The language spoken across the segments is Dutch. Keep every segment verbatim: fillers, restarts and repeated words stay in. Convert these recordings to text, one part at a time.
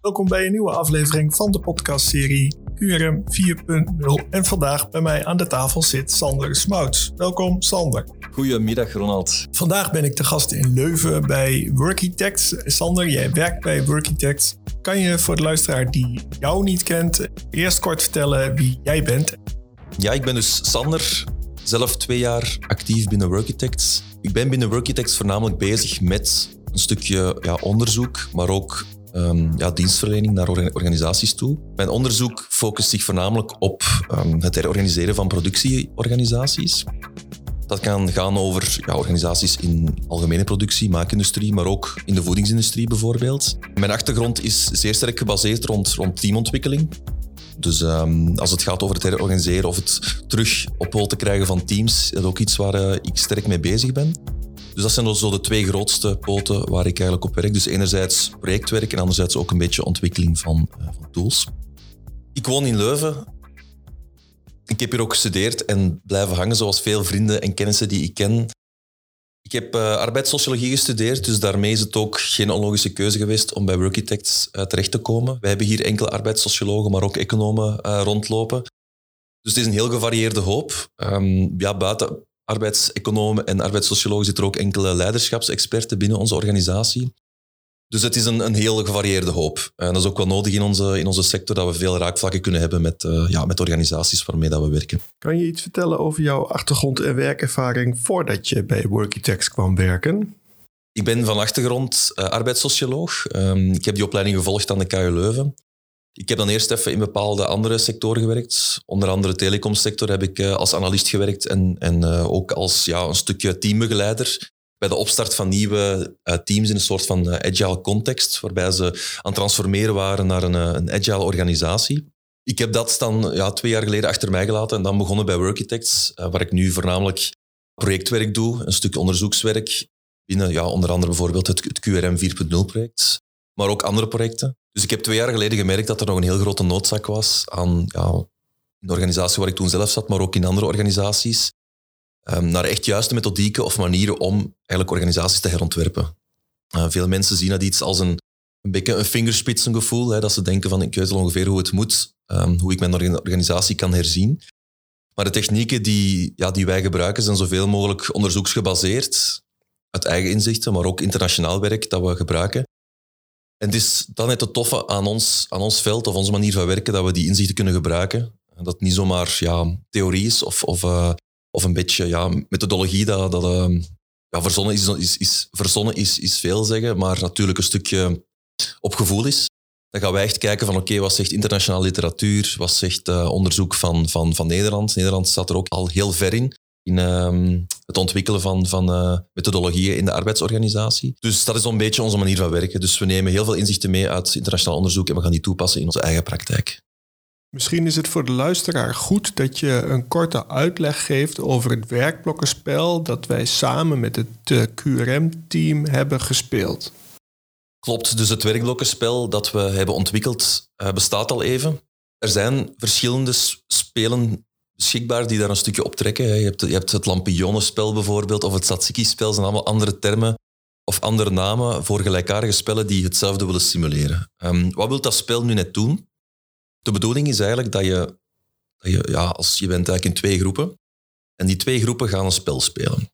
Welkom bij een nieuwe aflevering van de podcastserie Q R M vier punt nul. En vandaag bij mij aan de tafel zit Sander Smouts. Welkom Sander. Goedemiddag Ronald. Vandaag ben ik te gast in Leuven bij Workitect. Sander, jij werkt bij Workitect. Kan je voor de luisteraar die jou niet kent eerst kort vertellen wie jij bent? Ja, ik ben dus Sander, zelf twee jaar actief binnen Workitect. Ik ben binnen Workitect voornamelijk bezig met een stukje ja, onderzoek, maar ook um, ja, dienstverlening naar organisaties toe. Mijn onderzoek focust zich voornamelijk op um, het herorganiseren van productieorganisaties. Dat kan gaan over ja, organisaties in algemene productie, maakindustrie, maar ook in de voedingsindustrie bijvoorbeeld. Mijn achtergrond is zeer sterk gebaseerd rond, rond teamontwikkeling. Dus um, als het gaat over het herorganiseren of het terug op hol te krijgen van teams, is ook iets waar uh, ik sterk mee bezig ben. Dus dat zijn dus zo de twee grootste poten waar ik eigenlijk op werk. Dus enerzijds projectwerk en anderzijds ook een beetje ontwikkeling van, uh, van tools. Ik woon in Leuven. Ik heb hier ook gestudeerd en blijven hangen zoals veel vrienden en kennissen die ik ken. Ik heb uh, arbeidssociologie gestudeerd, dus daarmee is het ook geen onlogische keuze geweest om bij Workitect uh, terecht te komen. Wij hebben hier enkele arbeidssociologen, maar ook economen uh, rondlopen. Dus het is een heel gevarieerde hoop. Um, ja, buiten arbeidseconomen en arbeidssociologen zitten er ook enkele leiderschapsexperten binnen onze organisatie. Dus het is een, een heel gevarieerde hoop. En dat is ook wel nodig in onze, in onze sector, dat we veel raakvlakken kunnen hebben met, uh, ja, met organisaties waarmee dat we werken. Kan je iets vertellen over jouw achtergrond en werkervaring voordat je bij Workitect kwam werken? Ik ben van achtergrond uh, arbeidssocioloog. Um, ik heb die opleiding gevolgd aan de K U Leuven. Ik heb dan eerst even in bepaalde andere sectoren gewerkt. Onder andere de telecomsector heb ik uh, als analist gewerkt en, en uh, ook als ja, een stukje teambegeleider bij de opstart van nieuwe uh, teams in een soort van uh, agile context, waarbij ze aan het transformeren waren naar een, uh, een agile organisatie. Ik heb dat dan ja, twee jaar geleden achter mij gelaten en dan begonnen bij Workitect, uh, waar ik nu voornamelijk projectwerk doe, een stuk onderzoekswerk binnen ja, onder andere bijvoorbeeld het, het Q R M vier punt nul project, maar ook andere projecten. Dus ik heb twee jaar geleden gemerkt dat er nog een heel grote noodzaak was aan ja, in de organisatie waar ik toen zelf zat, maar ook in andere organisaties, Um, naar echt juiste methodieken of manieren om eigenlijk organisaties te herontwerpen. Uh, veel mensen zien dat iets als een, een beetje een vingerspitsengevoel, hè, dat ze denken van ik weet al ongeveer hoe het moet, um, hoe ik mijn organisatie kan herzien. Maar de technieken die, ja, die wij gebruiken zijn zoveel mogelijk onderzoeksgebaseerd, uit eigen inzichten, maar ook internationaal werk dat we gebruiken. En het is dan net het toffe aan ons, aan ons veld of onze manier van werken, dat we die inzichten kunnen gebruiken. Dat het niet zomaar ja, theorie is of... of uh, Of een beetje ja, methodologie dat, dat uh, ja, verzonnen, is, is, is, verzonnen is, is veel zeggen, maar natuurlijk een stukje op gevoel is. Dan gaan wij echt kijken van oké, okay, wat zegt internationale literatuur, wat zegt uh, onderzoek van, van, van Nederland. Nederland staat er ook al heel ver in, in uh, het ontwikkelen van, van uh, methodologieën in de arbeidsorganisatie. Dus dat is een beetje onze manier van werken. Dus we nemen heel veel inzichten mee uit internationaal onderzoek en we gaan die toepassen in onze eigen praktijk. Misschien is het voor de luisteraar goed dat je een korte uitleg geeft over het werkblokkenspel dat wij samen met het Q R M-team hebben gespeeld. Klopt, dus het werkblokkenspel dat we hebben ontwikkeld uh, bestaat al even. Er zijn verschillende spelen beschikbaar die daar een stukje op trekken. Je hebt, je hebt het lampionnenspel bijvoorbeeld of het tzatziki-spel, dat zijn allemaal andere termen of andere namen voor gelijkaardige spellen die hetzelfde willen simuleren. Um, wat wil dat spel nu net doen? De bedoeling is eigenlijk dat je, dat je, ja, als je bent eigenlijk in twee groepen en die twee groepen gaan een spel spelen.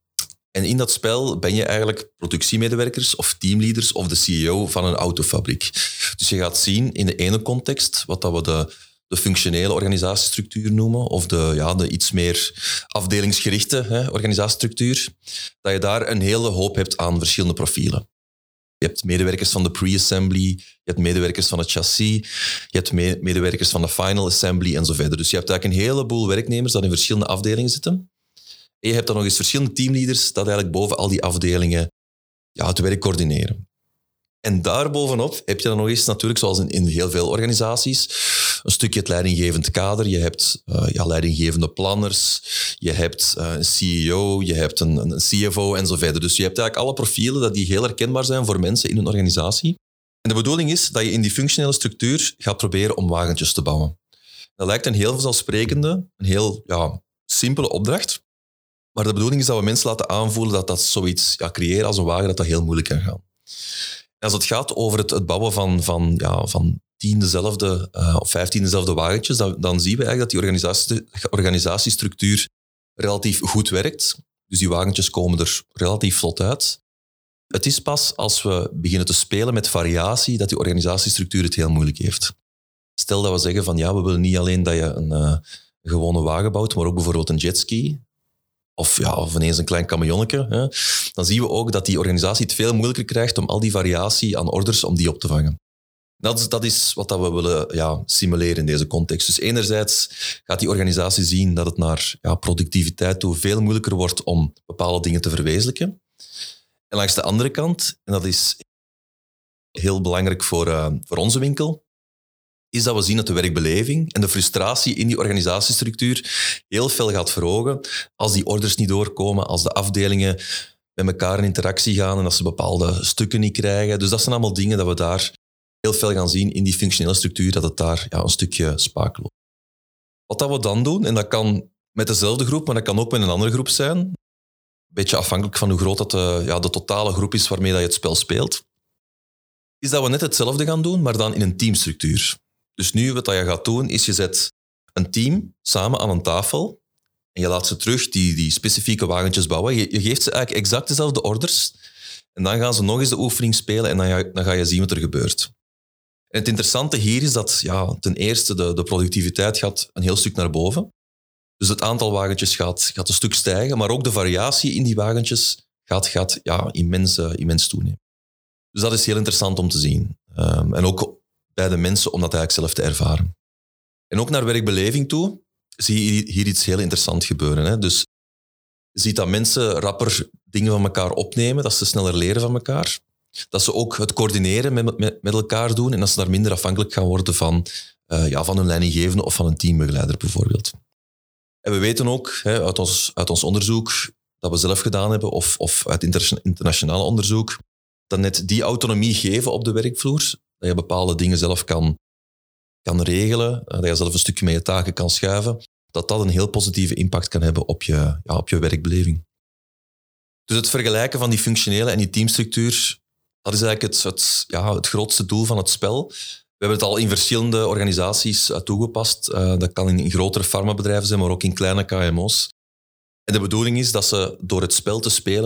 En in dat spel ben je eigenlijk productiemedewerkers of teamleaders of de C E O van een autofabriek. Dus je gaat zien in de ene context, wat dat we de, de functionele organisatiestructuur noemen, of de, ja, de iets meer afdelingsgerichte hè, organisatiestructuur, dat je daar een hele hoop hebt aan verschillende profielen. Je hebt medewerkers van de pre-assembly, je hebt medewerkers van het chassis, je hebt me- medewerkers van de final assembly en zo verder. Dus je hebt eigenlijk een heleboel werknemers die in verschillende afdelingen zitten. En je hebt dan nog eens verschillende teamleaders dat eigenlijk boven al die afdelingen ja, het werk coördineren. En daarbovenop heb je dan nog eens natuurlijk, zoals in, in heel veel organisaties, een stukje het leidinggevend kader. Je hebt uh, ja, leidinggevende planners, je hebt uh, een C E O, je hebt een, een C F O en zo verder. Dus je hebt eigenlijk alle profielen dat die heel herkenbaar zijn voor mensen in een organisatie. En de bedoeling is dat je in die functionele structuur gaat proberen om wagentjes te bouwen. Dat lijkt een heel vanzelfsprekende, een heel ja, simpele opdracht. Maar de bedoeling is dat we mensen laten aanvoelen dat dat zoiets ja, creëren als een wagen, dat dat heel moeilijk kan gaan. Als het gaat over het, het bouwen van, van, ja, van tien dezelfde uh, of vijftien dezelfde wagentjes, dan, dan zien we eigenlijk dat die organisatie, organisatiestructuur relatief goed werkt. Dus die wagentjes komen er relatief vlot uit. Het is pas als we beginnen te spelen met variatie dat die organisatiestructuur het heel moeilijk heeft. Stel dat we zeggen van ja, we willen niet alleen dat je een, uh, een gewone wagen bouwt, maar ook bijvoorbeeld een jetski. Of, ja, of ineens een klein camionnetje. Hè. Dan zien we ook dat die organisatie het veel moeilijker krijgt om al die variatie aan orders om die op te vangen. Dat is, dat is wat we willen ja, simuleren in deze context. Dus enerzijds gaat die organisatie zien dat het naar ja, productiviteit toe veel moeilijker wordt om bepaalde dingen te verwezenlijken. En langs de andere kant, en dat is heel belangrijk voor, uh, voor onze winkel, is dat we zien dat de werkbeleving en de frustratie in die organisatiestructuur heel veel gaat verhogen als die orders niet doorkomen, als de afdelingen met elkaar in interactie gaan en als ze bepaalde stukken niet krijgen. Dus dat zijn allemaal dingen dat we daar heel veel gaan zien in die functionele structuur, dat het daar ja, een stukje spaak loopt. Wat dat we dan doen, en dat kan met dezelfde groep, maar dat kan ook met een andere groep zijn, een beetje afhankelijk van hoe groot dat de, ja, de totale groep is waarmee dat je het spel speelt, is dat we net hetzelfde gaan doen, maar dan in een teamstructuur. Dus nu wat je gaat doen, is je zet een team samen aan een tafel en je laat ze terug die, die specifieke wagentjes bouwen. Je, je geeft ze eigenlijk exact dezelfde orders en dan gaan ze nog eens de oefening spelen en dan ga, dan ga je zien wat er gebeurt. En het interessante hier is dat ja, ten eerste de, de productiviteit gaat een heel stuk naar boven. Dus het aantal wagentjes gaat, gaat een stuk stijgen, maar ook de variatie in die wagentjes gaat, gaat ja, immens, uh, immens toenemen. Dus dat is heel interessant om te zien. Um, en ook bij de mensen om dat eigenlijk zelf te ervaren. En ook naar werkbeleving toe zie je hier iets heel interessants gebeuren. Hè? Dus je ziet dat mensen rapper dingen van elkaar opnemen, dat ze sneller leren van elkaar, dat ze ook het coördineren met, met, met elkaar doen en dat ze daar minder afhankelijk gaan worden van, uh, ja, van hun leidinggevende of van een teambegeleider bijvoorbeeld. En we weten ook hè, uit, ons, uit ons onderzoek dat we zelf gedaan hebben of, of uit inter- internationaal onderzoek, dat net die autonomie geven op de werkvloer, dat je bepaalde dingen zelf kan, kan regelen, dat je zelf een stukje met je taken kan schuiven, dat dat een heel positieve impact kan hebben op je, ja, op je werkbeleving. Dus het vergelijken van die functionele en die teamstructuur, dat is eigenlijk het, het, ja, het grootste doel van het spel. We hebben het al in verschillende organisaties uh, toegepast. Uh, dat kan in, in grotere farmabedrijven zijn, maar ook in kleine K M O's. En de bedoeling is dat ze door het spel te spelen,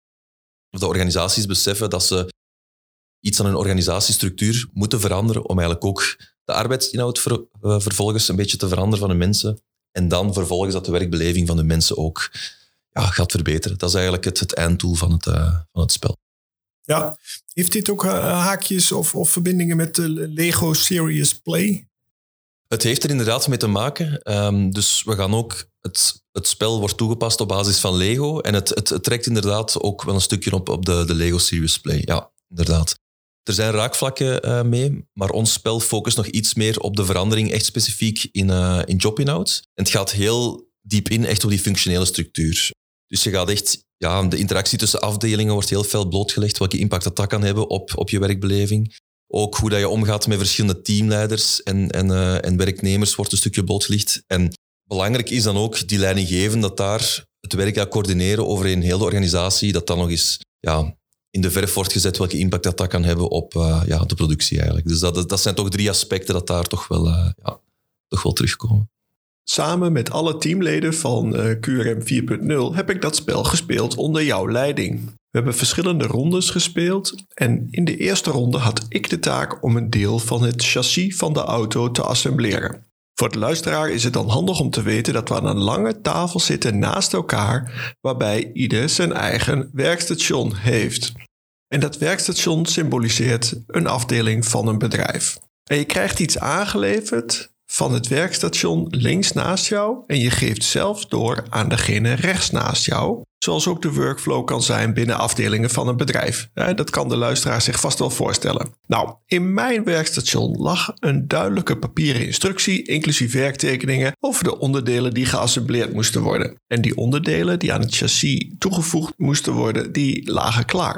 de organisaties beseffen dat ze iets aan hun organisatiestructuur moeten veranderen om eigenlijk ook de arbeidsinhoud ver, uh, vervolgens een beetje te veranderen van de mensen. En dan vervolgens dat de werkbeleving van de mensen ook ja, gaat verbeteren. Dat is eigenlijk het, het einddoel van het, uh, van het spel. Ja, heeft dit ook uh, haakjes of, of verbindingen met de Lego Serious Play? Het heeft er inderdaad mee te maken. Um, dus we gaan ook... Het, het spel wordt toegepast op basis van Lego. En het, het, het trekt inderdaad ook wel een stukje op, op de, de Lego Serious Play. Ja, inderdaad. Er zijn raakvlakken uh, mee, maar ons spel focust nog iets meer op de verandering, echt specifiek in, uh, in jobinhoud. En het gaat heel diep in echt op die functionele structuur. Dus je gaat echt... Ja, de interactie tussen afdelingen wordt heel veel blootgelegd, welke impact dat, dat kan hebben op, op je werkbeleving. Ook hoe dat je omgaat met verschillende teamleiders en, en, uh, en werknemers wordt een stukje blootgelegd. En belangrijk is dan ook die leidinggeven dat daar het werk gaat coördineren over een hele organisatie, dat dan nog eens ja, in de verf wordt gezet welke impact dat, dat kan hebben op uh, ja, de productie eigenlijk. Dus dat, dat zijn toch drie aspecten dat daar toch wel, uh, ja, toch wel terugkomen. Samen met alle teamleden van uh, Q R M vier punt nul heb ik dat spel gespeeld onder jouw leiding. We hebben verschillende rondes gespeeld en in de eerste ronde had ik de taak om een deel van het chassis van de auto te assembleren. Voor de luisteraar is het dan handig om te weten dat we aan een lange tafel zitten naast elkaar, waarbij ieder zijn eigen werkstation heeft. En dat werkstation symboliseert een afdeling van een bedrijf. En je krijgt iets aangeleverd van het werkstation links naast jou en je geeft zelf door aan degene rechts naast jou, zoals ook de workflow kan zijn binnen afdelingen van een bedrijf. Dat kan de luisteraar zich vast wel voorstellen. Nou, in mijn werkstation lag een duidelijke papieren instructie, inclusief werktekeningen, over de onderdelen die geassembleerd moesten worden. En die onderdelen die aan het chassis toegevoegd moesten worden, die lagen klaar.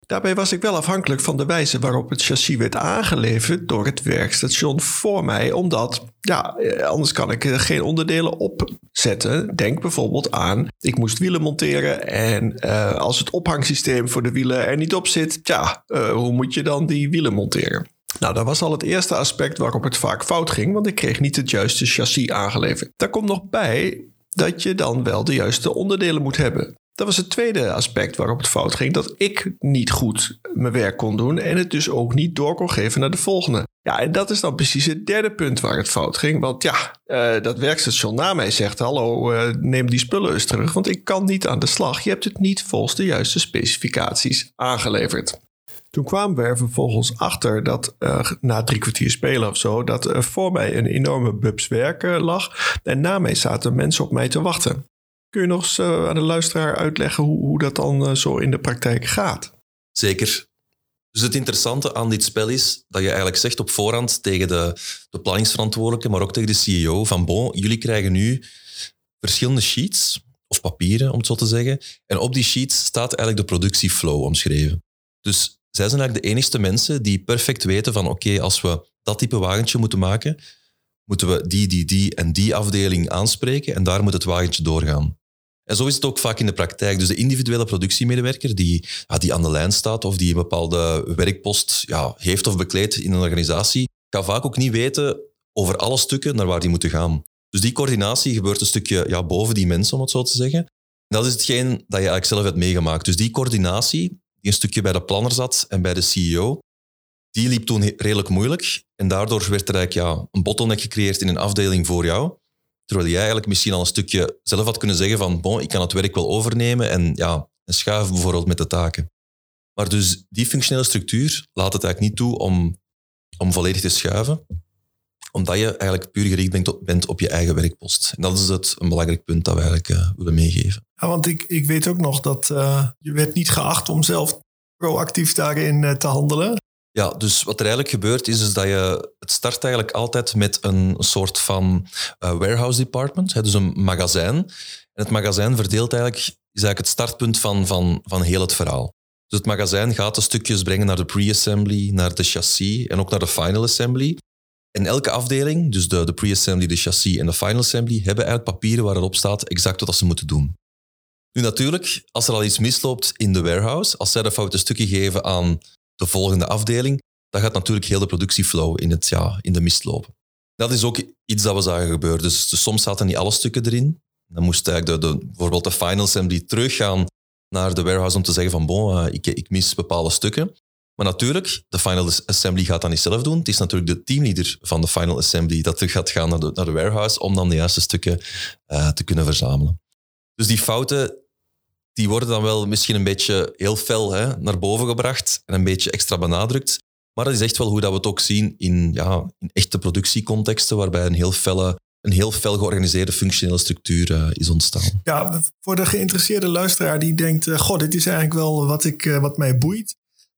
Daarbij was ik wel afhankelijk van de wijze waarop het chassis werd aangeleverd door het werkstation voor mij, omdat ja, anders kan ik geen onderdelen opzetten. Denk bijvoorbeeld aan, ik moest wielen monteren en uh, als het ophangsysteem voor de wielen er niet op zit, ja, uh, hoe moet je dan die wielen monteren? Nou, dat was al het eerste aspect waarop het vaak fout ging, want ik kreeg niet het juiste chassis aangeleverd. Daar komt nog bij dat je dan wel de juiste onderdelen moet hebben. Dat was het tweede aspect waarop het fout ging, dat ik niet goed mijn werk kon doen en het dus ook niet door kon geven naar de volgende. Ja, en dat is dan precies het derde punt waar het fout ging, want ja, uh, dat werkstation na mij zegt, hallo, uh, neem die spullen eens terug, want ik kan niet aan de slag. Je hebt het niet volgens de juiste specificaties aangeleverd. Toen kwamen we er vervolgens achter dat uh, na drie kwartier spelen of zo, dat uh, voor mij een enorme bubs werk uh, lag en na mij zaten mensen op mij te wachten. Kun je nog eens uh, aan de luisteraar uitleggen hoe, hoe dat dan uh, zo in de praktijk gaat? Zeker. Dus het interessante aan dit spel is dat je eigenlijk zegt op voorhand tegen de, de planningsverantwoordelijke, maar ook tegen de C E O van bon, jullie krijgen nu verschillende sheets, of papieren om het zo te zeggen, en op die sheets staat eigenlijk de productieflow omschreven. Dus zij zijn eigenlijk de enigste mensen die perfect weten van oké, okay, als we dat type wagentje moeten maken, moeten we die, die, die en die afdeling aanspreken en daar moet het wagentje doorgaan. En zo is het ook vaak in de praktijk. Dus de individuele productiemedewerker die, ja, die aan de lijn staat of die een bepaalde werkpost ja, heeft of bekleedt in een organisatie, kan vaak ook niet weten over alle stukken naar waar die moeten gaan. Dus die coördinatie gebeurt een stukje ja, boven die mensen, om het zo te zeggen. En dat is hetgeen dat je eigenlijk zelf hebt meegemaakt. Dus die coördinatie, die een stukje bij de planner zat en bij de C E O, die liep toen redelijk moeilijk. En daardoor werd er eigenlijk ja, een bottleneck gecreëerd in een afdeling voor jou. Terwijl jij eigenlijk misschien al een stukje zelf had kunnen zeggen van bon, ik kan het werk wel overnemen en, ja, en schuiven bijvoorbeeld met de taken. Maar dus die functionele structuur laat het eigenlijk niet toe om, om volledig te schuiven, omdat je eigenlijk puur gericht bent op, bent op je eigen werkpost. En dat is het, een belangrijk punt dat we eigenlijk uh, willen meegeven. Ja, want ik, ik weet ook nog dat uh, je werd niet geacht om zelf proactief daarin uh, te handelen. Ja, dus wat er eigenlijk gebeurt is, is dat je... Het start eigenlijk altijd met een soort van uh, warehouse department, hè, dus een magazijn. En het magazijn verdeelt eigenlijk, is eigenlijk het startpunt van, van, van heel het verhaal. Dus het magazijn gaat de stukjes brengen naar de pre-assembly, naar de chassis en ook naar de final assembly. En elke afdeling, dus de, de pre-assembly, de chassis en de final assembly, hebben eigenlijk papieren waar erop staat exact wat ze moeten doen. Nu natuurlijk, als er al iets misloopt in de warehouse, als zij de foute stukken geven aan de volgende afdeling, dan gaat natuurlijk heel de productieflow in, het, ja, in de mist lopen. Dat is ook iets dat we zagen gebeuren. Dus, dus soms zaten niet alle stukken erin. Dan moest eigenlijk de, de, bijvoorbeeld de final assembly teruggaan naar de warehouse om te zeggen van bon, uh, ik, ik mis bepaalde stukken. Maar natuurlijk, de final assembly gaat dat niet zelf doen. Het is natuurlijk de teamleader van de final assembly dat terug gaat gaan naar de, naar de warehouse om dan de juiste stukken uh, te kunnen verzamelen. Dus die fouten, die worden dan wel misschien een beetje heel fel hè, naar boven gebracht en een beetje extra benadrukt. Maar dat is echt wel hoe dat we het ook zien in, ja, in echte productiecontexten, waarbij een heel felle, een heel fel georganiseerde functionele structuur uh, is ontstaan. Ja, voor de geïnteresseerde luisteraar die denkt, uh, goh, dit is eigenlijk wel wat, ik, uh, wat mij boeit.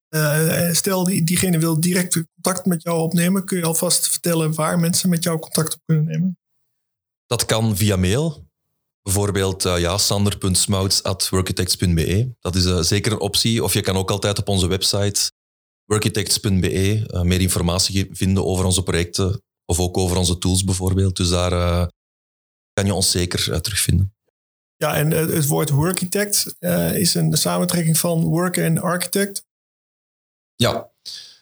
Uh, stel, die, diegene wil direct contact met jou opnemen. Kun je alvast vertellen waar mensen met jou contact op kunnen nemen? Dat kan via mail. Bijvoorbeeld uh, ja, sander punt smouts at workitects punt b e. Dat is uh, zeker een optie. Of je kan ook altijd op onze website workitects punt b e uh, meer informatie vinden over onze projecten of ook over onze tools bijvoorbeeld. Dus daar uh, kan je ons zeker uh, terugvinden. Ja, en uh, het woord workitect uh, is een samentrekking van work en architect. Ja.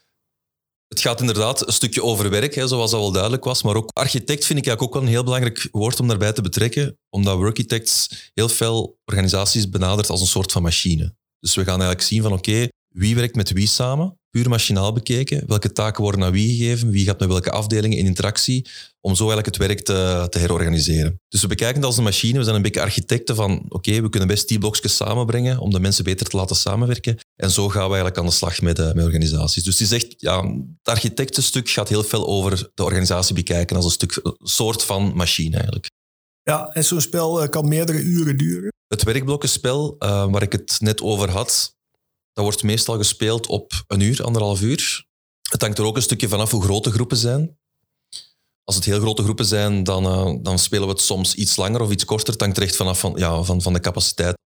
Het gaat inderdaad een stukje over werk, hè, zoals dat wel duidelijk was. Maar ook architect vind ik eigenlijk ook wel een heel belangrijk woord om daarbij te betrekken. Omdat workitects heel veel organisaties benadert als een soort van machine. Dus we gaan eigenlijk zien van oké, okay, wie werkt met wie samen? Puur machinaal bekeken. Welke taken worden aan wie gegeven? Wie gaat met welke afdelingen in interactie? Om zo eigenlijk het werk te, te herorganiseren. Dus we bekijken het als een machine. We zijn een beetje architecten van oké, okay, we kunnen best die blokjes samenbrengen om de mensen beter te laten samenwerken. En zo gaan we eigenlijk aan de slag met, uh, met organisaties. Dus het is echt, ja, het architectenstuk gaat heel veel over de organisatie bekijken als een stuk, een soort van machine eigenlijk. Ja, en zo'n spel uh, kan meerdere uren duren. Het werkblokkenspel, uh, waar ik het net over had, dat wordt meestal gespeeld op een uur, anderhalf uur. Het hangt er ook een stukje vanaf hoe groot de groepen zijn. Als het heel grote groepen zijn, dan, uh, dan spelen we het soms iets langer of iets korter. Het hangt er echt vanaf van, ja, van, van de capaciteit.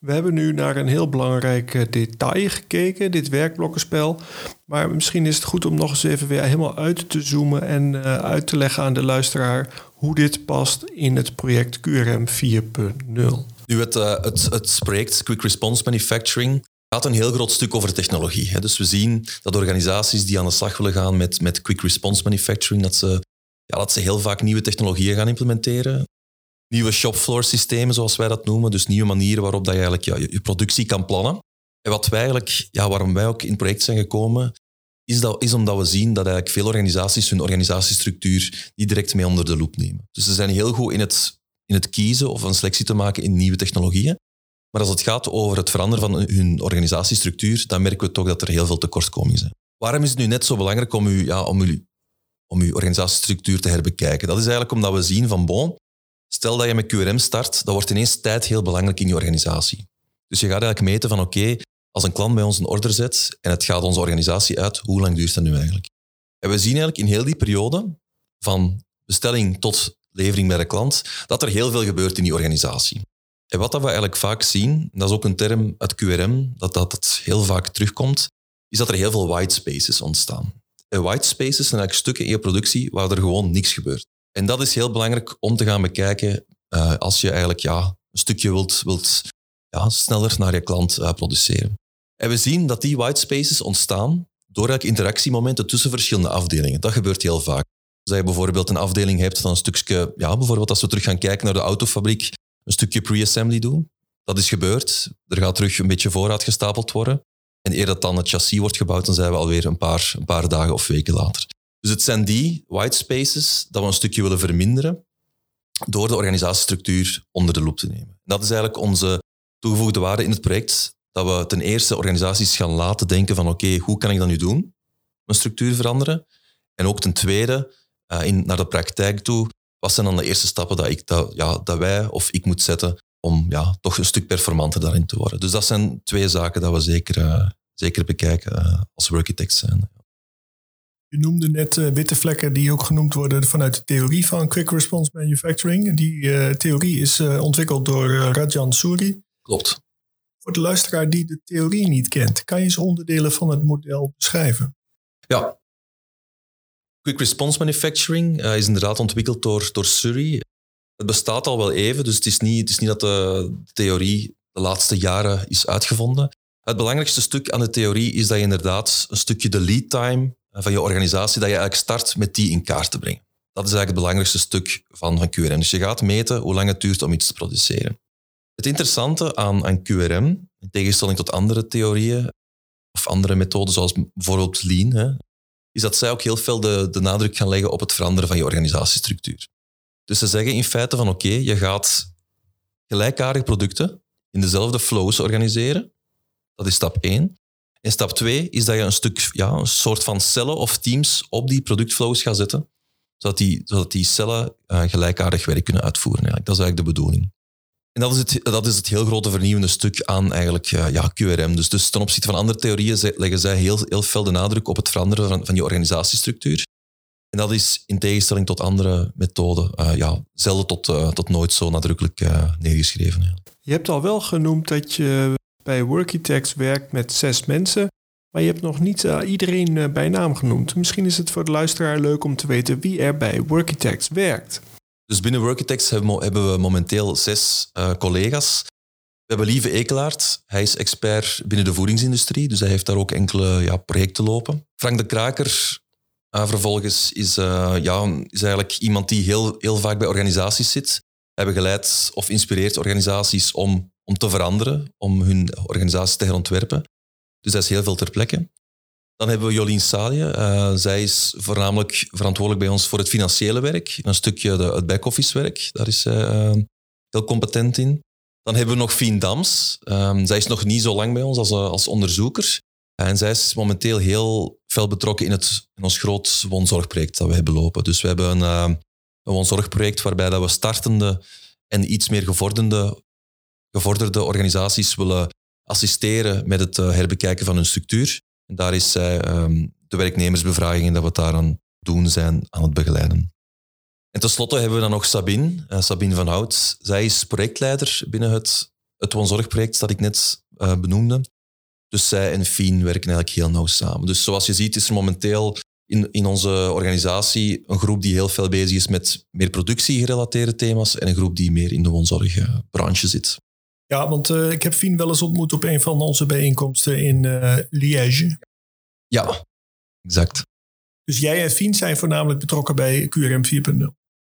We hebben nu naar een heel belangrijk detail gekeken, dit werkblokkenspel. Maar misschien is het goed om nog eens even weer helemaal uit te zoomen en uh, uit te leggen aan de luisteraar hoe dit past in het project Q R M vier punt nul. Nu, het, uh, het, het project Quick Response Manufacturing gaat een heel groot stuk over technologie. Hè. Dus we zien dat organisaties die aan de slag willen gaan met, met Quick Response Manufacturing, dat ze, ja, dat ze heel vaak nieuwe technologieën gaan implementeren. Nieuwe shopfloor systemen, zoals wij dat noemen. Dus nieuwe manieren waarop dat je, eigenlijk, ja, je, je productie kan plannen. En wat wij eigenlijk, ja, waarom wij ook in het project zijn gekomen, is, dat, is omdat we zien dat eigenlijk veel organisaties hun organisatiestructuur niet direct mee onder de loep nemen. Dus ze zijn heel goed in het, in het kiezen of een selectie te maken in nieuwe technologieën. Maar als het gaat over het veranderen van hun organisatiestructuur, dan merken we toch dat er heel veel tekortkomingen zijn. Waarom is het nu net zo belangrijk om, u, ja, om, u, om uw organisatiestructuur te herbekijken? Dat is eigenlijk omdat we zien van, bon, stel dat je met Q R M start, dan wordt ineens tijd heel belangrijk in je organisatie. Dus je gaat eigenlijk meten van, oké, okay, als een klant bij ons een order zet en het gaat onze organisatie uit, hoe lang duurt dat nu eigenlijk? En we zien eigenlijk in heel die periode, van bestelling tot levering bij de klant, dat er heel veel gebeurt in die organisatie. En wat dat we eigenlijk vaak zien, dat is ook een term uit Q R M, dat dat, dat heel vaak terugkomt, is dat er heel veel white spaces ontstaan. En white spaces zijn eigenlijk stukken in je productie waar er gewoon niks gebeurt. En dat is heel belangrijk om te gaan bekijken uh, als je eigenlijk ja, een stukje wilt, wilt ja, sneller naar je klant uh, produceren. En we zien dat die white spaces ontstaan door eigenlijk interactiemomenten tussen verschillende afdelingen. Dat gebeurt heel vaak. Als je bijvoorbeeld een afdeling hebt dat een stukje, ja, bijvoorbeeld als we terug gaan kijken naar de autofabriek, een stukje pre-assembly doen. Dat is gebeurd. Er gaat terug een beetje voorraad gestapeld worden. En eer dat dan het chassis wordt gebouwd, dan zijn we alweer een paar, een paar dagen of weken later. Dus het zijn die white spaces dat we een stukje willen verminderen door de organisatiestructuur onder de loep te nemen. Dat is eigenlijk onze toegevoegde waarde in het project. Dat we ten eerste organisaties gaan laten denken van oké, okay, hoe kan ik dat nu doen? Mijn structuur veranderen. En ook ten tweede, uh, in, naar de praktijk toe, wat zijn dan de eerste stappen dat, ik, dat, ja, dat wij of ik moet zetten om ja, toch een stuk performanter daarin te worden. Dus dat zijn twee zaken dat we zeker, uh, zeker bekijken uh, als Workitex zijn. Je noemde net uh, witte vlekken die ook genoemd worden vanuit de theorie van Quick Response Manufacturing. Die uh, theorie is uh, ontwikkeld door uh, Rajan Suri. Klopt. Voor de luisteraar die de theorie niet kent, kan je eens onderdelen van het model beschrijven? Ja. Quick Response Manufacturing uh, is inderdaad ontwikkeld door, door Suri. Het bestaat al wel even, dus het is niet, het is niet dat de theorie de laatste jaren is uitgevonden. Het belangrijkste stuk aan de theorie is dat je inderdaad een stukje de lead time van je organisatie, dat je eigenlijk start met die in kaart te brengen. Dat is eigenlijk het belangrijkste stuk van, van Q R M. Dus je gaat meten hoe lang het duurt om iets te produceren. Het interessante aan, aan Q R M, in tegenstelling tot andere theorieën of andere methoden, zoals bijvoorbeeld Lean, hè, is dat zij ook heel veel de, de nadruk gaan leggen op het veranderen van je organisatiestructuur. Dus ze zeggen in feite van oké, okay, je gaat gelijkaardige producten in dezelfde flows organiseren. Dat is stap één. En stap twee is dat je een stuk, ja, een soort van cellen of teams op die productflows gaat zetten, zodat die, zodat die cellen uh, gelijkaardig werk kunnen uitvoeren. Eigenlijk. Dat is eigenlijk de bedoeling. En dat is het, dat is het heel grote vernieuwende stuk aan eigenlijk, uh, ja, Q R M. Dus, dus ten opzichte van andere theorieën leggen zij heel, heel veel de nadruk op het veranderen van, van je organisatiestructuur. En dat is in tegenstelling tot andere methoden uh, ja, zelden tot, uh, tot nooit zo nadrukkelijk uh, neergeschreven. Ja. Je hebt al wel genoemd dat je bij Workitex werkt met zes mensen, maar je hebt nog niet uh, iedereen uh, bij naam genoemd. Misschien is het voor de luisteraar leuk om te weten wie er bij Workitex werkt. Dus binnen Workitex hebben we, hebben we momenteel zes uh, collega's. We hebben Lieve Ekelaert, hij is expert binnen de voedingsindustrie, dus hij heeft daar ook enkele ja, projecten lopen. Frank de Kraker, uh, vervolgens, is, uh, ja, is eigenlijk iemand die heel, heel vaak bij organisaties zit. Hij begeleidt of inspireert organisaties om, om te veranderen, om hun organisatie te herontwerpen. Dus hij is heel veel ter plekke. Dan hebben we Jolien Salje. Uh, zij is voornamelijk verantwoordelijk bij ons voor het financiële werk. Een stukje de, het back-office werk. Daar is zij uh, heel competent in. Dan hebben we nog Fien Dams. Um, zij is nog niet zo lang bij ons als, uh, als onderzoeker. Uh, en zij is momenteel heel fel betrokken in, het, in ons groot woonzorgproject dat we hebben lopen. Dus we hebben een, uh, een woonzorgproject waarbij dat we startende en iets meer gevorderde, gevorderde organisaties willen assisteren met het uh, herbekijken van hun structuur. En daar is zij um, de werknemersbevraging en dat we het daaraan doen zijn aan het begeleiden. En tenslotte hebben we dan nog Sabine, uh, Sabine van Hout. Zij is projectleider binnen het het woonzorgproject dat ik net uh, benoemde. Dus zij en Fien werken eigenlijk heel nauw samen. Dus zoals je ziet is er momenteel in, in onze organisatie een groep die heel veel bezig is met meer productiegerelateerde thema's en een groep die meer in de woonzorgbranche zit. Ja, want uh, ik heb Fien wel eens ontmoet op een van onze bijeenkomsten in uh, Liège. Ja, exact. Dus jij en Fien zijn voornamelijk betrokken bij Q R M vier punt nul?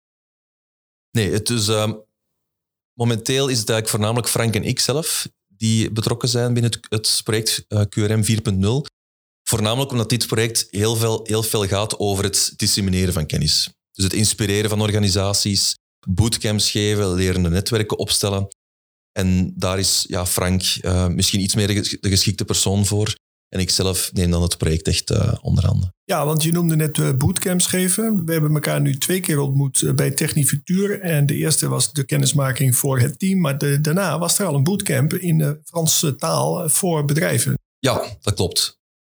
Nee, het is, uh, momenteel is het eigenlijk voornamelijk Frank en ik zelf die betrokken zijn binnen het, het project uh, Q R M vier punt nul. Voornamelijk omdat dit project heel veel, heel veel gaat over het dissemineren van kennis. Dus het inspireren van organisaties, bootcamps geven, lerende netwerken opstellen. En daar is ja, Frank uh, misschien iets meer de geschikte persoon voor. En ik zelf neem dan het project echt uh, onder handen. Ja, want je noemde net uh, bootcamps geven. We hebben elkaar nu twee keer ontmoet uh, bij Technifutur. En de eerste was de kennismaking voor het team. Maar de, daarna was er al een bootcamp in de Franse taal voor bedrijven. Ja, dat klopt.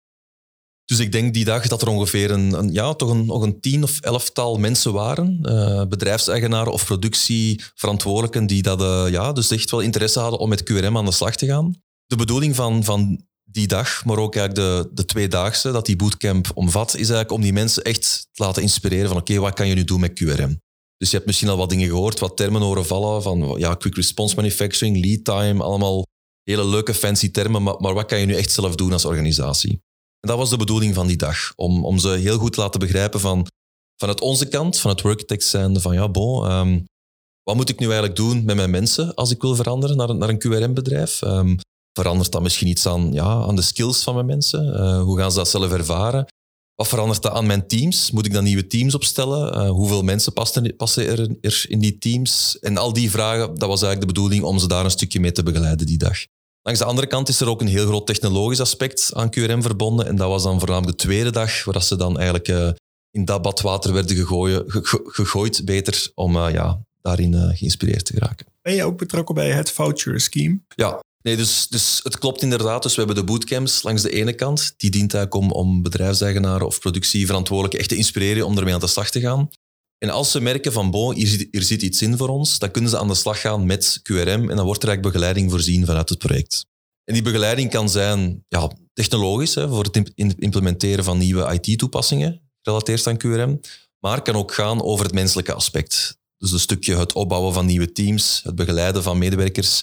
Dus ik denk die dag dat er ongeveer een, een, ja, toch een, nog een tien of elftal mensen waren. Uh, bedrijfseigenaren of productieverantwoordelijken die dat, uh, ja, dus echt wel interesse hadden om met Q R M aan de slag te gaan. De bedoeling van, van die dag, maar ook eigenlijk de, de tweedaagse dat die bootcamp omvat, is eigenlijk om die mensen echt te laten inspireren van oké, okay, wat kan je nu doen met Q R M? Dus je hebt misschien al wat dingen gehoord, wat termen horen vallen van ja, quick response manufacturing, lead time, allemaal hele leuke fancy termen, maar, maar wat kan je nu echt zelf doen als organisatie? En dat was de bedoeling van die dag, om, om ze heel goed te laten begrijpen van vanuit onze kant, van het worktext zijnde van ja, bon, um, wat moet ik nu eigenlijk doen met mijn mensen als ik wil veranderen naar een, naar een Q R M-bedrijf? Um, verandert dat misschien iets aan, ja, aan de skills van mijn mensen? Uh, hoe gaan ze dat zelf ervaren? Wat verandert dat aan mijn teams? Moet ik dan nieuwe teams opstellen? Uh, hoeveel mensen passen, passen er, er in die teams? En al die vragen, dat was eigenlijk de bedoeling om ze daar een stukje mee te begeleiden die dag. Langs de andere kant is er ook een heel groot technologisch aspect aan Q R M verbonden. En dat was dan voornamelijk de tweede dag, waar ze dan eigenlijk uh, in dat badwater werden gegooid, ge- gegooid beter om uh, ja, daarin uh, geïnspireerd te geraken. Ben je ook betrokken bij het voucher scheme? Ja, nee, dus, dus het klopt inderdaad. Dus we hebben de bootcamps langs de ene kant. Die dient eigenlijk om, om bedrijfseigenaren of productieverantwoordelijken echt te inspireren om ermee aan de slag te gaan. En als ze merken van, bon, hier zit, hier zit iets in voor ons, dan kunnen ze aan de slag gaan met Q R M en dan wordt er eigenlijk begeleiding voorzien vanuit het project. En die begeleiding kan zijn ja, technologisch, hè, voor het implementeren van nieuwe I T-toepassingen, gerelateerd aan Q R M, maar kan ook gaan over het menselijke aspect. Dus een stukje het opbouwen van nieuwe teams, het begeleiden van medewerkers,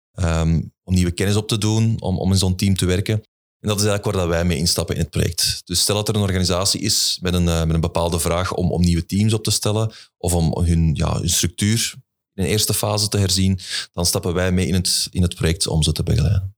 um, om nieuwe kennis op te doen, om, om in zo'n team te werken. En dat is eigenlijk waar wij mee instappen in het project. Dus stel dat er een organisatie is met een, uh, met een bepaalde vraag om, om nieuwe teams op te stellen of om hun, ja, hun structuur in een eerste fase te herzien, dan stappen wij mee in het, in het project om ze te begeleiden.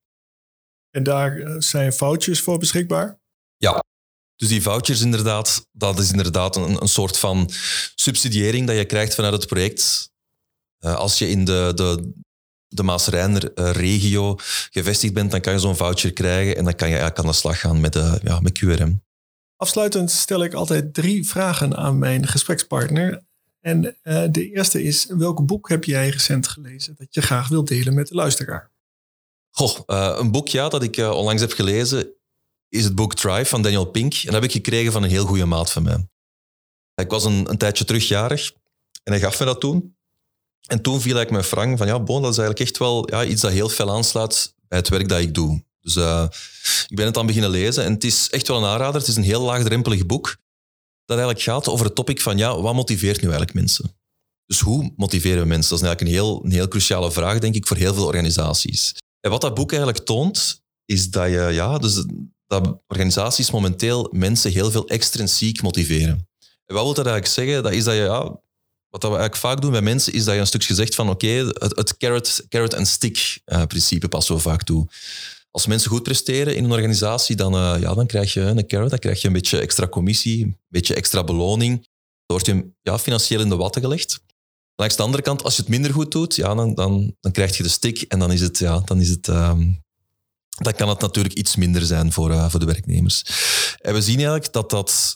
En daar zijn vouchers voor beschikbaar? Ja, dus die vouchers inderdaad, dat is inderdaad een, een soort van subsidiëring dat je krijgt vanuit het project. Uh, als je in de... de de Maas-Rijn-regio gevestigd bent, dan kan je zo'n voucher krijgen en dan kan je eigenlijk aan de slag gaan met, uh, ja, met Q R M. Afsluitend stel ik altijd drie vragen aan mijn gesprekspartner. En uh, de eerste is, welk boek heb jij recent gelezen dat je graag wilt delen met de luisteraar? Goh, uh, een boek ja, dat ik uh, onlangs heb gelezen is het boek Thrive van Daniel Pink. En dat heb ik gekregen van een heel goede maat van mij. Ik was een, een tijdje terugjarig en hij gaf me dat toen. En toen viel ik met Frank van, ja, bon, dat is eigenlijk echt wel ja, iets dat heel fel aansluit bij het werk dat ik doe. Dus uh, ik ben het aan beginnen lezen en het is echt wel een aanrader. Het is een heel laagdrempelig boek dat eigenlijk gaat over het topic van, ja, wat motiveert nu eigenlijk mensen? Dus hoe motiveren we mensen? Dat is eigenlijk een heel, een heel cruciale vraag, denk ik, voor heel veel organisaties. En wat dat boek eigenlijk toont, is dat, je, ja, dus dat organisaties momenteel mensen heel veel extrinsiek motiveren. En wat wil dat eigenlijk zeggen? Dat is dat je... Ja, wat we eigenlijk vaak doen bij mensen, is dat je een stukje zegt van oké, okay, het, het carrot, carrot and stick uh, principe passen we vaak toe. Als mensen goed presteren in een organisatie, dan, uh, ja, dan krijg je een carrot, dan krijg je een beetje extra commissie, een beetje extra beloning. Dan word je ja, financieel in de watten gelegd. Langs de andere kant, als je het minder goed doet, ja, dan, dan, dan krijg je de stick en dan is het... Ja, dan is het um, dan kan het natuurlijk iets minder zijn voor, uh, voor de werknemers. En we zien eigenlijk dat dat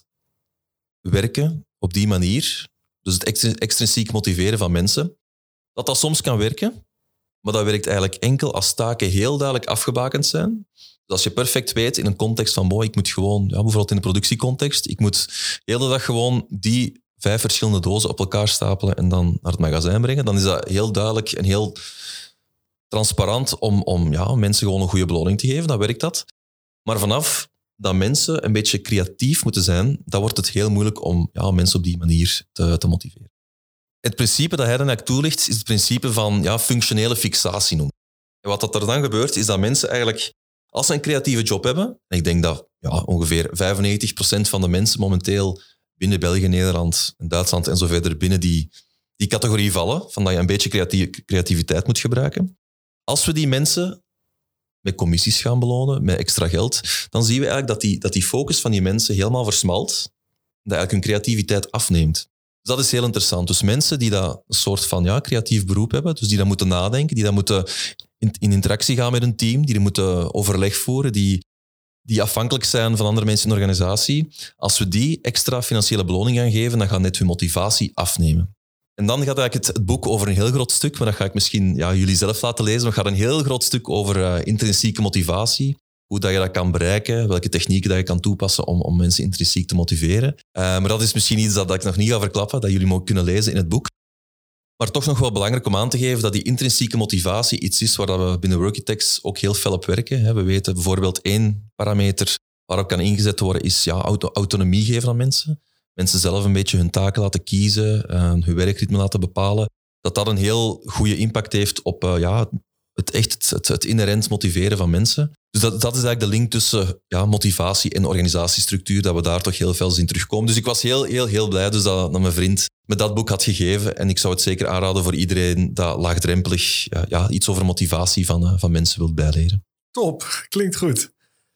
werken op die manier... Dus het extrinsiek motiveren van mensen, dat dat soms kan werken, maar dat werkt eigenlijk enkel als taken heel duidelijk afgebakend zijn. Dus als je perfect weet in een context van, boy, ik moet gewoon, ja, bijvoorbeeld in de productiecontext, ik moet de hele dag gewoon die vijf verschillende dozen op elkaar stapelen en dan naar het magazijn brengen, dan is dat heel duidelijk en heel transparant om, om ja, mensen gewoon een goede beloning te geven. Dan werkt dat. Maar vanaf dat mensen een beetje creatief moeten zijn, dan wordt het heel moeilijk om ja, mensen op die manier te, te motiveren. Het principe dat hij dan eigenlijk toelicht, is het principe van ja, functionele fixatie noemen. En wat dat er dan gebeurt, is dat mensen eigenlijk, als ze een creatieve job hebben, en ik denk dat ja, ongeveer vijfennegentig procent van de mensen momenteel binnen België, Nederland en Duitsland en zo verder binnen die, die categorie vallen, van dat je een beetje creatief, creativiteit moet gebruiken. Als we die mensen met commissies gaan belonen, met extra geld, dan zien we eigenlijk dat die, dat die focus van die mensen helemaal versmalt, dat eigenlijk hun creativiteit afneemt. Dus dat is heel interessant. Dus mensen die dat een soort van ja, creatief beroep hebben, dus die dat moeten nadenken, die dat moeten in, in interactie gaan met een team, die dat moeten overleg voeren, die, die afhankelijk zijn van andere mensen in de organisatie, als we die extra financiële beloning gaan geven, dan gaat net hun motivatie afnemen. En dan gaat eigenlijk het, het boek over een heel groot stuk, maar dat ga ik misschien ja, jullie zelf laten lezen, maar het gaat een heel groot stuk over uh, intrinsieke motivatie. Hoe dat je dat kan bereiken, welke technieken dat je kan toepassen om, om mensen intrinsiek te motiveren. Uh, maar dat is misschien iets dat, dat ik nog niet ga verklappen, dat jullie mogen kunnen lezen in het boek. Maar toch nog wel belangrijk om aan te geven dat die intrinsieke motivatie iets is waar we binnen Workitex ook heel fel op werken. We weten bijvoorbeeld één parameter waarop kan ingezet worden, is ja, auto- autonomie geven aan mensen. Mensen zelf een beetje hun taken laten kiezen, uh, hun werkritme laten bepalen. Dat dat een heel goede impact heeft op uh, ja, het, echt, het, het, het inherent motiveren van mensen. Dus dat, dat is eigenlijk de link tussen ja, motivatie en organisatiestructuur, dat we daar toch heel veel in terugkomen. Dus ik was heel, heel, heel blij dus dat, dat mijn vriend me dat boek had gegeven. En ik zou het zeker aanraden voor iedereen dat laagdrempelig ja, ja, iets over motivatie van, uh, van mensen wilt bijleren. Top, klinkt goed.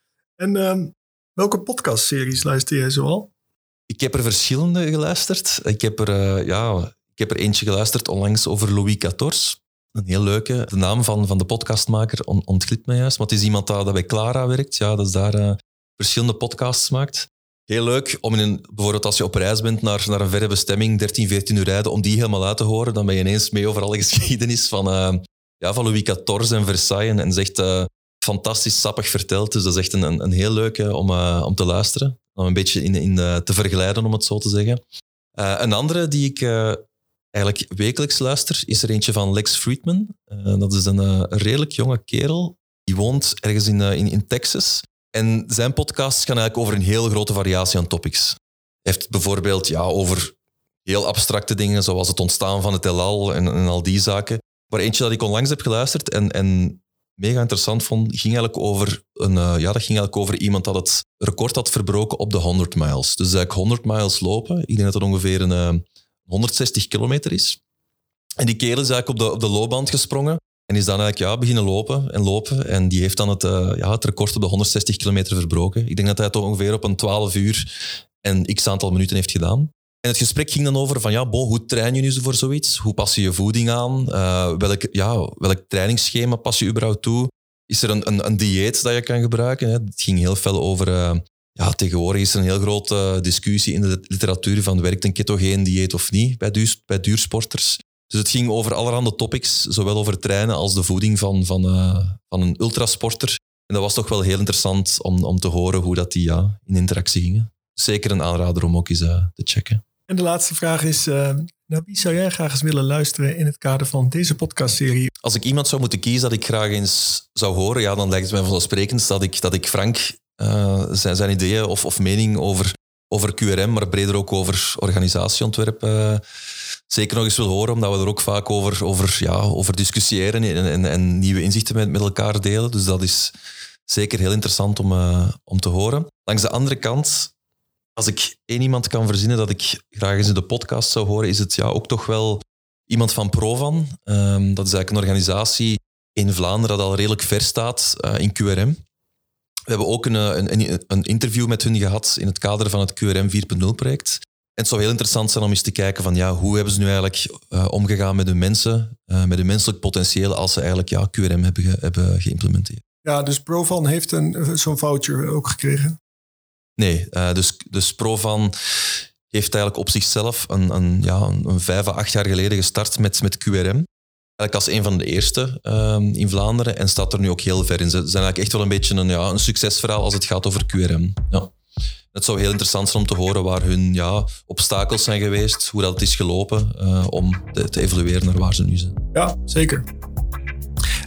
En um, welke podcastseries luister jij zoal? Ik heb er verschillende geluisterd. Ik heb er, uh, ja, ik heb er eentje geluisterd onlangs over Louis veertien. Een heel leuke. De naam van, van de podcastmaker on, ontglipt mij juist. Maar het is iemand dat, dat bij Clara werkt. Ja, dat is daar uh, verschillende podcasts maakt. Heel leuk om in een, bijvoorbeeld als je op reis bent naar, naar een verre bestemming, dertien, veertien uur rijden, om die helemaal uit te horen. Dan ben je ineens mee over alle geschiedenis van, uh, ja, van Louis veertien en Versailles. En, en is echt uh, fantastisch sappig verteld. Dus dat is echt een, een, een heel leuke om, uh, om te luisteren. Om een beetje in, in, uh, te vergelijden, om het zo te zeggen. Uh, een andere die ik uh, eigenlijk wekelijks luister, is er eentje van Lex Fridman. Uh, dat is een, uh, een redelijk jonge kerel. Die woont ergens in, uh, in, in Texas. En zijn podcasts gaan eigenlijk over een heel grote variatie aan topics. Hij heeft bijvoorbeeld ja, over heel abstracte dingen, zoals het ontstaan van het heelal en, en al die zaken. Maar eentje dat ik onlangs heb geluisterd en, en mega interessant vond, ging eigenlijk over, een, uh, ja, dat ging eigenlijk over iemand dat het record had verbroken op de honderd miles. Dus eigenlijk honderd miles lopen. Ik denk dat het ongeveer een uh, honderdzestig kilometer is. En die kerel is eigenlijk op de, op de loopband gesprongen en is dan eigenlijk ja, beginnen lopen en lopen. En die heeft dan het, uh, ja, het record op de honderdzestig kilometer verbroken. Ik denk dat hij het ongeveer op een twaalf uur en x aantal minuten heeft gedaan. En het gesprek ging dan over van, ja, bon, hoe train je nu voor zoiets? Hoe pas je je voeding aan? Uh, welk, ja, welk trainingsschema pas je überhaupt toe? Is er een, een, een dieet dat je kan gebruiken? Hè? Het ging heel veel over... Uh, ja, tegenwoordig is er een heel grote uh, discussie in de literatuur van werkt een ketogeen dieet of niet bij, duur, bij duursporters. Dus het ging over allerhande topics, zowel over trainen als de voeding van, van, uh, van een ultrasporter. En dat was toch wel heel interessant om, om te horen hoe dat die ja, in interactie gingen. Zeker een aanrader om ook eens uh, te checken. En de laatste vraag is, uh, naar wie zou jij graag eens willen luisteren in het kader van deze podcastserie? Als ik iemand zou moeten kiezen dat ik graag eens zou horen, ja, dan lijkt het mij vanzelfsprekend dat ik, dat ik Frank uh, zijn, zijn ideeën of, of mening over, over Q R M, maar breder ook over organisatieontwerp uh, zeker nog eens wil horen, omdat we er ook vaak over, over, ja, over discussiëren en, en, en nieuwe inzichten met, met elkaar delen. Dus dat is zeker heel interessant om, uh, om te horen. Langs de andere kant... Als ik één iemand kan verzinnen dat ik graag eens in de podcast zou horen, is het ja, ook toch wel iemand van Provan. Um, dat is eigenlijk een organisatie in Vlaanderen dat al redelijk ver staat uh, in Q R M. We hebben ook een, een, een interview met hun gehad in het kader van het Q R M vier punt nul project. En het zou heel interessant zijn om eens te kijken van ja, hoe hebben ze nu eigenlijk uh, omgegaan met hun mensen, uh, met hun menselijk potentieel als ze eigenlijk ja, Q R M hebben, ge, hebben geïmplementeerd. Ja, dus Provan heeft een, zo'n voucher ook gekregen. Nee, uh, dus, dus Provan heeft eigenlijk op zichzelf een, een, ja, een vijf à acht jaar geleden gestart met, met Q R M. Eigenlijk als een van de eerste uh, in Vlaanderen en staat er nu ook heel ver in. Ze zijn eigenlijk echt wel een beetje een, ja, een succesverhaal als het gaat over Q R M. Ja. Het zou heel interessant zijn om te horen waar hun ja, obstakels zijn geweest, hoe dat is gelopen, uh, om te, te evolueren naar waar ze nu zijn. Ja, zeker.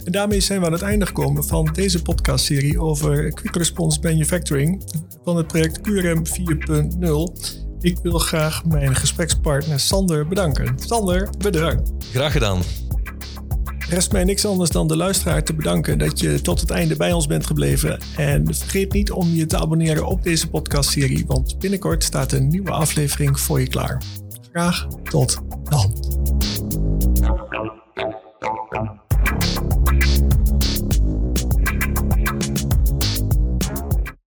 En daarmee zijn we aan het einde gekomen van deze podcastserie over Quick Response Manufacturing van het project Q R M vier punt nul. Ik wil graag mijn gesprekspartner Sander bedanken. Sander, bedankt. Graag gedaan. Rest mij niks anders dan de luisteraar te bedanken dat je tot het einde bij ons bent gebleven. En vergeet niet om je te abonneren op deze podcastserie, want binnenkort staat een nieuwe aflevering voor je klaar. Graag tot dan.